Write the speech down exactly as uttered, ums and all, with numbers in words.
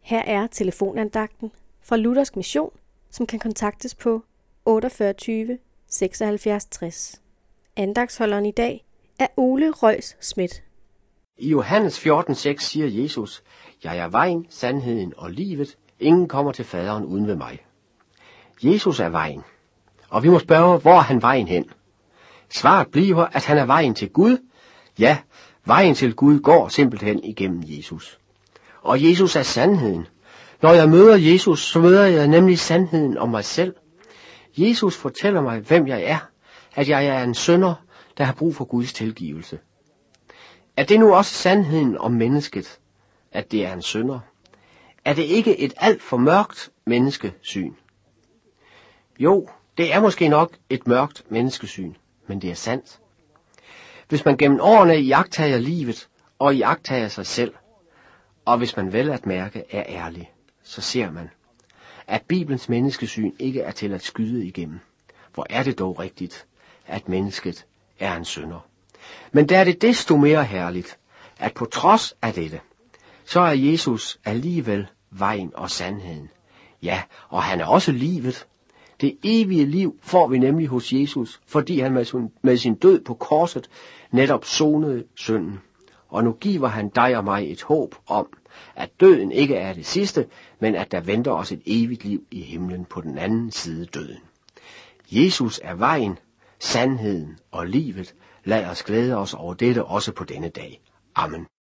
Her er telefonandagten fra Luthersk Mission, som kan kontaktes på otteogfyrre tyve seksoghalvfjerds tres. Andagtsholderen i dag er Ole Røys Schmidt. I Johannes fjorten seks siger Jesus, jeg er vejen, sandheden og livet. Ingen kommer til faderen uden ved mig. Jesus er vejen, og vi må spørge, hvor er han vejen hen? Svaret bliver, at han er vejen til Gud. Ja, vejen til Gud går simpelthen igennem Jesus. Og Jesus er sandheden. Når jeg møder Jesus, så møder jeg nemlig sandheden om mig selv. Jesus fortæller mig, hvem jeg er, at jeg er en synder, der har brug for Guds tilgivelse. Er det nu også sandheden om mennesket, at det er en synder? Er det ikke et alt for mørkt menneskesyn? Jo, det er måske nok et mørkt menneskesyn, men det er sandt. Hvis man gennem årene iagttager livet og iagttager sig selv, og hvis man vel at mærke er ærlig, så ser man, at Bibelens menneskesyn ikke er til at skyde igennem. Hvor er det dog rigtigt, at mennesket er en synder. Men der er det desto mere herligt, at på trods af dette, så er Jesus alligevel vejen og sandheden. Ja, og han er også livet. Det evige liv får vi nemlig hos Jesus, fordi han med sin død på korset netop sonede synden. Og nu giver han dig og mig et håb om, at døden ikke er det sidste, men at der venter os et evigt liv i himlen på den anden side døden. Jesus er vejen, sandheden og livet. Lad os glæde os over dette også på denne dag. Amen.